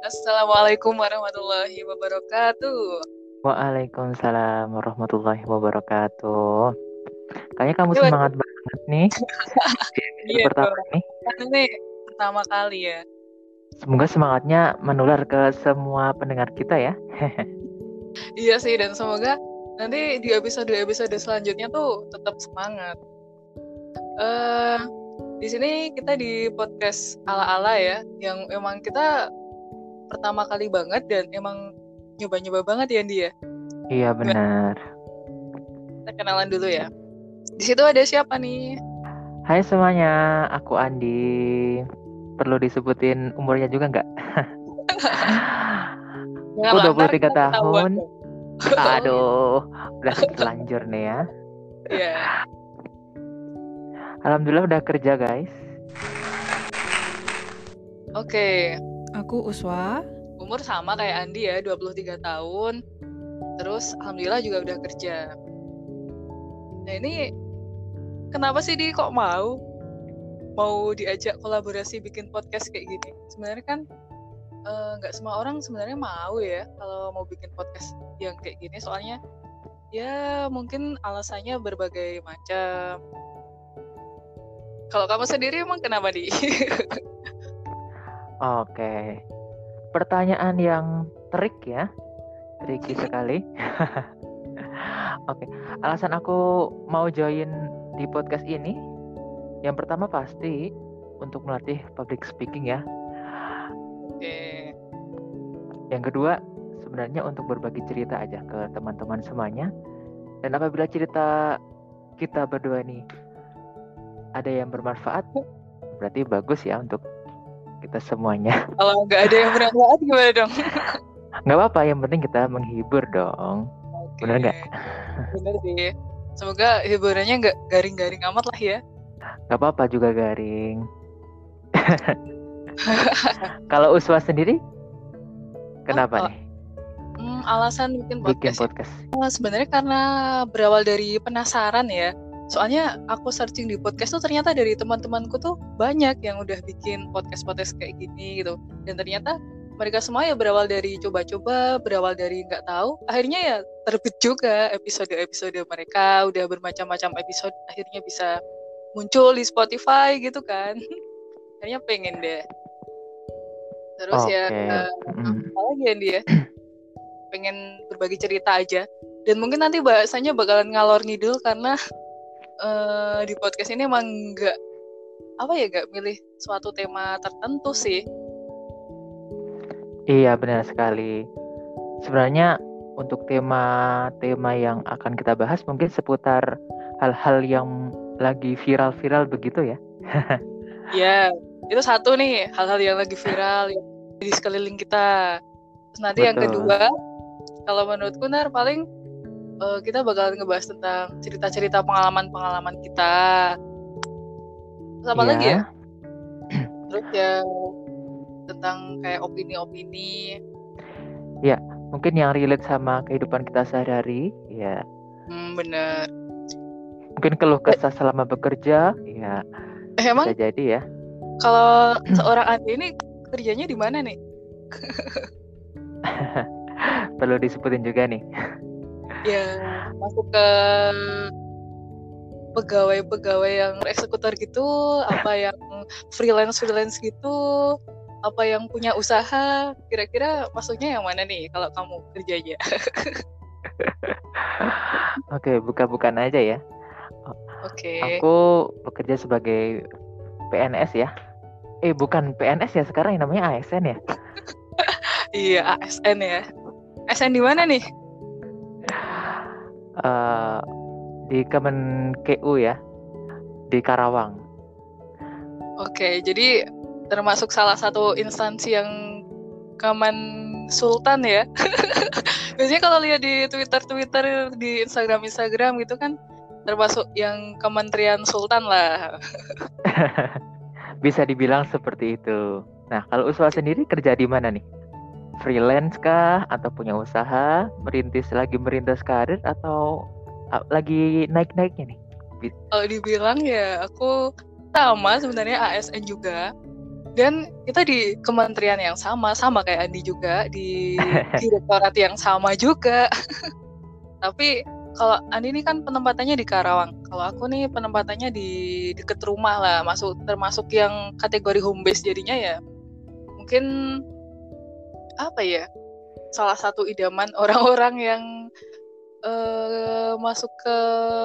Assalamualaikum warahmatullahi wabarakatuh. Waalaikumsalam warahmatullahi wabarakatuh. Kayaknya kamu Ini semangat banget nih di episode iya pertama dong. nih. Kan ini pertama kali ya. Semoga semangatnya menular ke semua pendengar kita ya. Iya sih, dan semoga nanti di episode selanjutnya tuh tetap semangat. Eh, di sini kita di podcast ala-ala ya, yang emang kita pertama kali banget dan emang nyoba-nyoba banget ya dia. Iya benar. Kita kenalan dulu ya. Di situ ada siapa nih? Hai semuanya, aku Andi. Perlu disebutin umurnya juga nggak? Aku Janganlah, ntar 23 kita ketahuan tahun. dong. Aduh, udah terlanjur nih ya. Iya. Alhamdulillah udah kerja guys. Oke. Aku Uswa. Umur sama kayak Andi ya, 23 tahun. Terus alhamdulillah juga udah kerja. Nah ini kenapa sih Di kok mau diajak kolaborasi bikin podcast kayak gini? Sebenarnya kan nggak semua orang sebenarnya mau ya kalau mau bikin podcast yang kayak gini. Soalnya ya mungkin alasannya berbagai macam. Kalau kamu sendiri emang kenapa Di? Oke. Pertanyaan yang tricky sekali. Oke, alasan aku mau join di podcast ini, yang pertama pasti untuk melatih public speaking ya. Oke. Yang kedua, sebenarnya untuk berbagi cerita aja ke teman-teman semuanya. Dan apabila cerita kita berdua nih ada yang bermanfaat, berarti bagus ya untuk kita semuanya. Kalau nggak ada yang bermanfaat gimana dong? Nggak apa-apa, yang penting kita menghibur dong. Oke. Bener nggak? Bener sih. Semoga hiburannya nggak garing-garing amat lah ya. Nggak apa-apa juga garing. Kalau Uswa sendiri, kenapa nih? Alasan bikin podcast. Podcast. Sebenarnya karena berawal dari penasaran ya. Soalnya aku searching di podcast tuh ternyata dari teman-temanku tuh banyak yang udah bikin podcast kayak gini gitu. Dan ternyata mereka semua ya berawal dari coba-coba, berawal dari nggak tahu. Akhirnya ya terbit juga episode-episode mereka, udah bermacam-macam episode. Akhirnya bisa muncul di Spotify gitu kan. Akhirnya pengen deh. Terus ya, apa lagi ya dia? Pengen berbagi cerita aja. Dan mungkin nanti bahasanya bakalan ngalor ngidul karena di podcast ini emang nggak milih suatu tema tertentu sih. Iya benar sekali. Sebenarnya untuk tema yang akan kita bahas mungkin seputar hal-hal yang lagi viral begitu ya. Ya, itu satu nih, hal-hal yang lagi viral yang di sekeliling kita. Terus nanti yang kedua, kalau menurutku paling kita bakal ngebahas tentang cerita-cerita pengalaman kita. Terus apa lagi ya? Terus ya tentang kayak opini-opini. Ya, mungkin yang relate sama kehidupan kita sehari-hari, ya. Bener. Mungkin keluh kesah selama bekerja, ya. Emang bisa jadi ya. Kalau seorang Andi ini kerjanya di mana nih? Perlu disebutin juga nih. Ya, masuk ke pegawai yang eksekutor gitu, apa yang freelance gitu, apa yang punya usaha, kira-kira masuknya yang mana nih kalau kamu kerjanya? Oke, buka-bukaan aja ya. Oke. Aku bekerja sebagai PNS ya. Bukan PNS ya, sekarang yang namanya ASN ya. Iya, ASN ya. ASN di mana nih? Di Kemenkeu ya, di Karawang. Oke, jadi termasuk salah satu instansi yang Kemen Sultan ya. Biasanya kalau lihat di Twitter, di Instagram gitu kan termasuk yang Kementerian Sultan lah. Bisa dibilang seperti itu. Nah, kalau Uswa sendiri kerja di mana nih? Freelance kah? Atau punya usaha? Lagi merintis karir? Atau lagi naik-naiknya nih? Kalau dibilang ya aku sama sebenarnya ASN juga. Dan kita di kementerian yang sama kayak Andi juga, di direktorat yang sama juga. Tapi kalau Andi ini kan penempatannya di Karawang. Kalau aku nih penempatannya di deket rumah lah, termasuk yang kategori home base jadinya ya. Mungkin apa ya? Salah satu idaman orang-orang yang masuk ke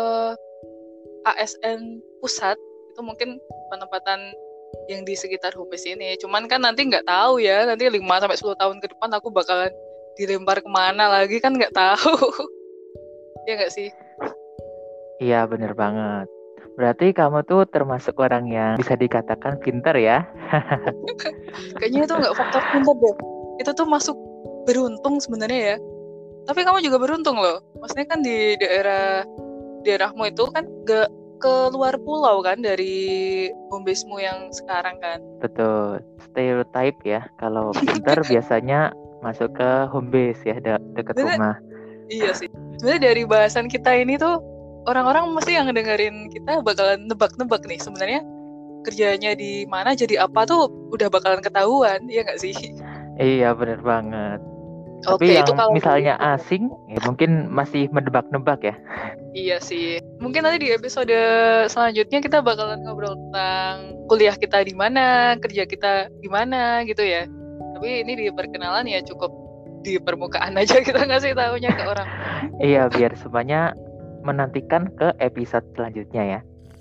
ASN pusat itu mungkin penempatan yang di sekitar home base ini. Cuman kan nanti nggak tahu ya, nanti 5-10 tahun ke depan aku bakalan dilempar kemana lagi kan nggak tahu. Ya nggak sih? Iya, bener banget. Berarti kamu tuh termasuk orang yang bisa dikatakan pinter ya? Kayaknya itu nggak faktor pintar deh. Itu tuh masuk beruntung sebenarnya ya. Tapi kamu juga beruntung loh. Maksudnya kan di daerahmu itu kan nggak keluar pulau kan dari home base-mu yang sekarang kan. Betul, stereotype ya. Kalau pinter biasanya masuk ke home base ya, dekat rumah. Iya sih. Sebenarnya dari bahasan kita ini tuh orang-orang mesti yang ngedengerin kita bakalan nebak-nebak nih sebenarnya kerjanya di mana jadi apa tuh udah bakalan ketahuan, ya nggak sih? Iya, bener banget. Oke, Tapi yang itu kalau misalnya asing, ya mungkin masih menebak-nebak ya. iya sih. Mungkin nanti di episode selanjutnya kita bakalan ngobrol tentang kuliah kita di mana, kerja kita di mana gitu ya. Tapi ini di perkenalan ya cukup di permukaan aja, kita ngasih tahunya ke orang. Iya, biar semuanya menantikan ke episode selanjutnya ya.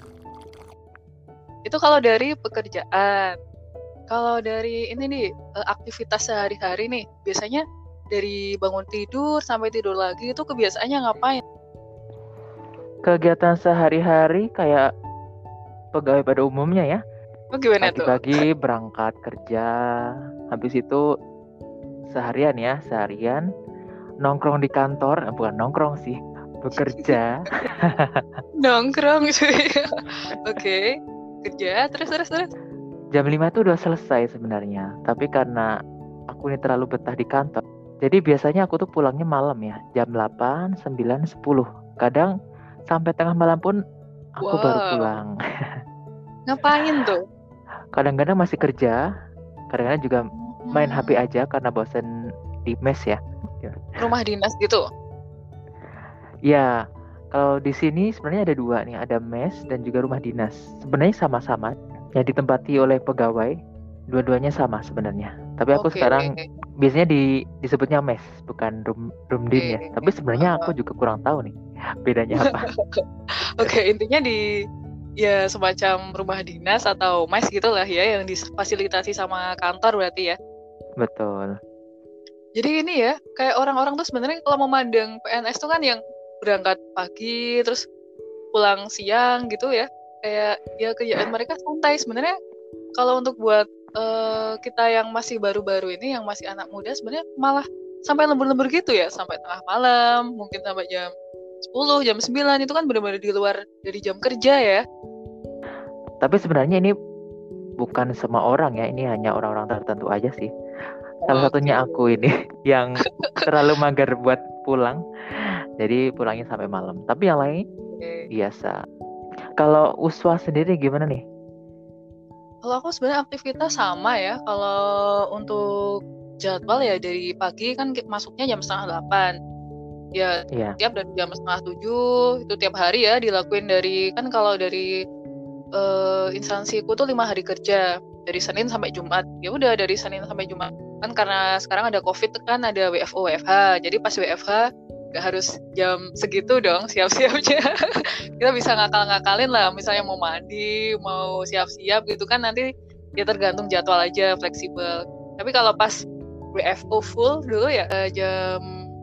Itu kalau dari pekerjaan. Kalau dari ini nih, aktivitas sehari-hari nih, biasanya dari bangun tidur sampai tidur lagi itu kebiasaannya ngapain? Kegiatan sehari-hari kayak pegawai pada umumnya ya. Oh, gimana tuh? Pagi-pagi berangkat kerja, habis itu seharian nongkrong di kantor, bukan nongkrong sih, bekerja. Nongkrong sih. Oke, kerja terus. Jam 5 tuh udah selesai sebenarnya, tapi karena aku ini terlalu betah di kantor, jadi biasanya aku tuh pulangnya malam ya, jam 8, 9, 10. Kadang sampai tengah malam pun aku baru pulang. Ngapain tuh? Kadang-kadang masih kerja, kadang-kadang juga main HP aja karena bosen di mes ya. Rumah dinas gitu? Ya, kalau di sini sebenarnya ada dua nih, ada mes dan juga rumah dinas. Sebenarnya sama-sama, yang ditempati oleh pegawai, dua-duanya sama sebenarnya. Tapi aku sekarang biasanya disebutnya mes, bukan rumdin ya. Tapi sebenarnya aku juga kurang tahu nih bedanya apa. Oke, intinya ya semacam rumah dinas atau mes gitulah ya, yang difasilitasi sama kantor berarti ya. Betul. Jadi ini ya, kayak orang-orang tuh sebenarnya kalau memandang PNS tuh kan yang berangkat pagi terus pulang siang gitu ya, kayak ya kerjaan mereka santai. Sebenarnya kalau untuk buat kita yang masih baru-baru ini, yang masih anak muda, sebenarnya malah sampai lembur-lembur gitu ya, sampai tengah malam, mungkin sampai jam 10, jam 9, itu kan benar-benar di luar dari jam kerja ya. Tapi sebenarnya ini bukan semua orang ya, ini hanya orang-orang tertentu aja sih. Salah satunya aku ini yang terlalu mager buat pulang, jadi pulangnya sampai malam. Tapi yang lain biasa. Kalau Uswa sendiri gimana nih? Kalau aku sebenarnya aktivitas sama ya. Kalau untuk jadwal ya dari pagi kan masuknya jam 7:30. Ya tiap dari jam 6:30 itu tiap hari ya dilakuin dari, kan kalau dari instansiku tuh 5 hari kerja, dari Senin sampai Jumat. Ya udah dari Senin sampai Jumat. Kan karena sekarang ada COVID kan, ada WFO WFH. Jadi pas WFH gak harus jam segitu dong siap-siapnya. Kita bisa ngakal-ngakalin lah, misalnya mau mandi, mau siap-siap gitu kan, nanti ya tergantung jadwal aja, fleksibel. Tapi kalau pas WFO full dulu ya jam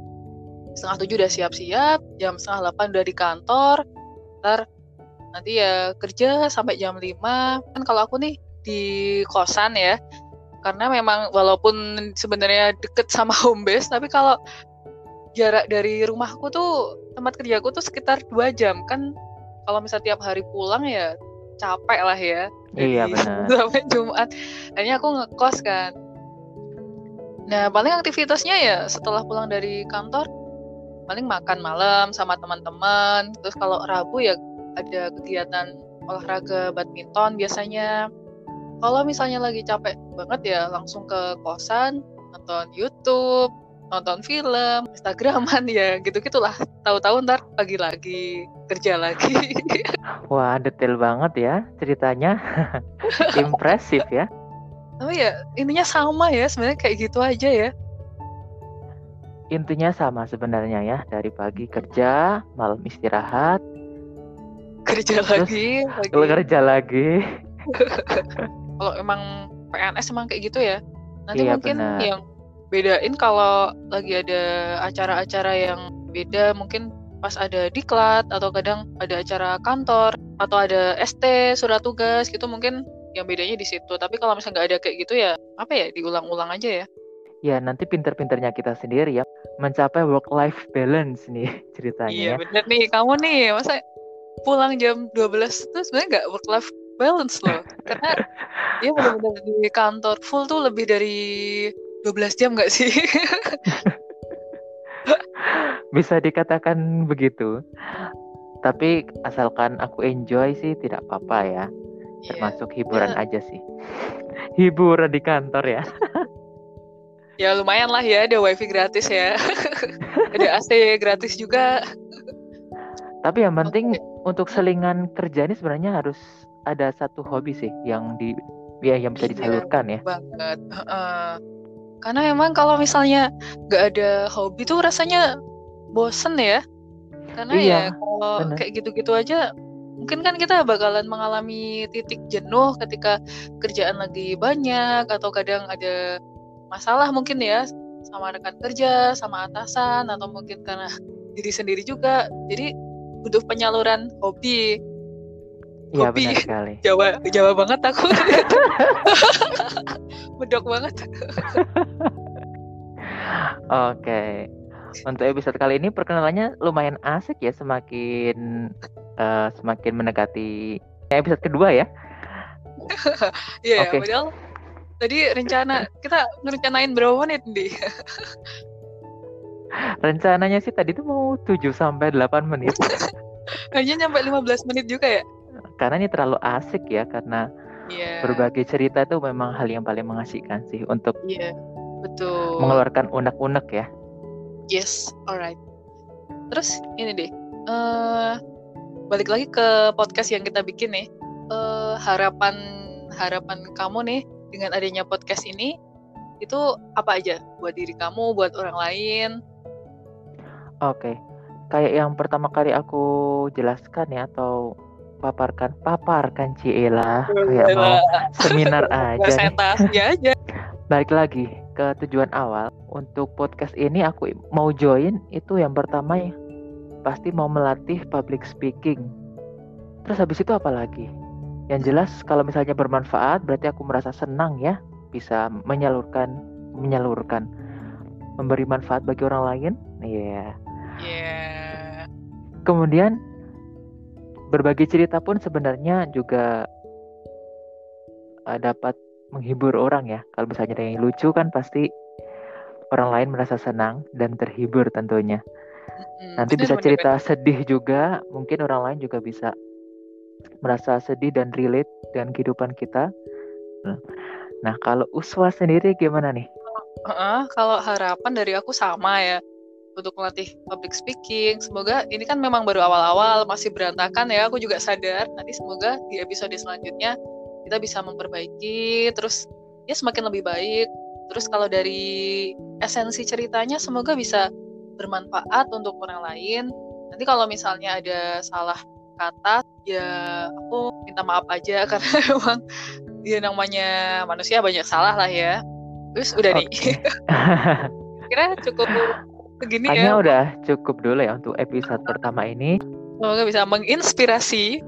6:30 udah siap-siap, jam 7:30 udah di kantor, ntar nanti ya kerja sampai jam 5. Kan kalau aku nih di kosan ya, karena memang walaupun sebenarnya deket sama home base, tapi kalau jarak dari rumahku tuh tempat kerjaku tuh sekitar 2 jam kan. Kalau misalnya tiap hari pulang ya capek lah ya. Iya benar. Sampai Jumat. Akhirnya aku ngekos kan. Nah paling aktivitasnya ya setelah pulang dari kantor paling makan malam sama teman-teman. Terus kalau Rabu ya ada kegiatan olahraga badminton biasanya. kalau misalnya lagi capek banget ya langsung ke kosan, nonton YouTube, nonton film, Instagraman ya gitu-gitulah. Tahu-tahu ntar pagi lagi, kerja lagi. Wah, detail banget ya ceritanya. Impresif ya. Tapi ya intinya sama ya, sebenarnya kayak gitu aja ya. Intinya sama sebenarnya ya, dari pagi kerja, malam istirahat, Kerja terus lagi. kerja lagi. Kalau emang PNS emang kayak gitu ya. Nanti Iya mungkin benar. yang bedain kalau lagi ada acara-acara yang beda, mungkin pas ada diklat atau kadang ada acara kantor atau ada ST surat tugas gitu, mungkin yang bedanya di situ. Tapi kalau misalnya nggak ada kayak gitu ya apa ya, diulang-ulang aja ya. Ya nanti pinter-pinternya kita sendiri ya mencapai work-life balance nih ceritanya Iya ya. bener nih, kamu nih masa pulang jam 12 tuh sebenarnya nggak work life balance loh. Karena dia benar-benar di kantor full tuh lebih dari 12 jam nggak sih? Bisa dikatakan begitu. Tapi asalkan aku enjoy sih tidak apa-apa ya. Iya. Termasuk hiburan aja sih. Hiburan di kantor ya. Ya lumayan lah ya, ada wifi gratis ya. Ada AC gratis juga. Tapi yang penting Oke. untuk selingan kerja ini sebenarnya harus ada satu hobi sih yang yang bisa Iya disalurkan ya. banget. Karena emang kalau misalnya nggak ada hobi tuh rasanya bosen ya. Karena ya Iya, kalau benar. kayak gitu-gitu aja, mungkin kan kita bakalan mengalami titik jenuh ketika kerjaan lagi banyak atau kadang ada masalah mungkin ya sama rekan kerja, sama atasan, atau mungkin karena diri sendiri juga. Jadi butuh penyaluran hobi. Iya Hobi benar sekali. Jawa banget aku. Medok banget. Oke. Untuk episode kali ini perkenalannya lumayan asik ya, semakin mendekati episode kedua ya. Iya, Oke. padahal tadi kita ngerencanain berapa menit nih? Rencananya sih tadi tuh mau 7 sampai 8 menit. Hanya nyampe 15 menit juga ya? Karena ini terlalu asik ya, karena Iya. berbagi cerita itu memang hal yang paling mengasihkan sih untuk Iya, betul. mengeluarkan unek-unek ya. Yes, alright. Terus ini deh, balik lagi ke podcast yang kita bikin nih. Harapan kamu nih dengan adanya podcast ini itu apa aja buat diri kamu, buat orang lain? Oke. Kayak yang pertama kali aku jelaskan ya, atau paparkan Ciela, kayak mau seminar aja nih. Presentasi aja. Balik lagi ke tujuan awal. Untuk podcast ini aku mau join itu yang pertama ya, pasti mau melatih public speaking. Terus habis itu apa lagi? Yang jelas kalau misalnya bermanfaat berarti aku merasa senang ya, bisa menyalurkan, memberi manfaat bagi orang lain. Iya. Yeah. Kemudian berbagi cerita pun sebenarnya juga dapat menghibur orang ya. Kalau misalnya ada yang lucu kan pasti orang lain merasa senang dan terhibur tentunya. Nanti bisa cerita sedih juga, mungkin orang lain juga bisa merasa sedih dan relate dengan kehidupan kita. Nah, kalau Uswa sendiri gimana nih? Kalau harapan dari aku sama ya, untuk melatih public speaking. Semoga ini kan memang baru awal-awal, masih berantakan ya, aku juga sadar. Nanti semoga di episode selanjutnya kita bisa memperbaiki, terus ya semakin lebih baik. Terus kalau dari esensi ceritanya semoga bisa bermanfaat untuk orang lain. Nanti kalau misalnya ada salah kata, ya aku minta maaf aja karena memang ya namanya manusia banyak salah lah ya. Terus udah nih. Kira cukup segini Kayaknya ya. udah cukup dulu ya untuk episode pertama ini. Semoga bisa menginspirasi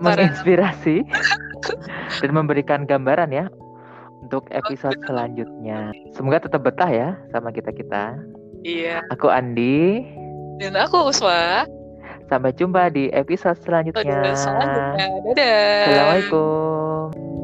dan memberikan gambaran ya untuk episode selanjutnya. Semoga tetap betah ya sama kita-kita. Iya. Aku Andi. Dan aku Uswa. Sampai jumpa di episode selanjutnya. Dadah. Assalamualaikum.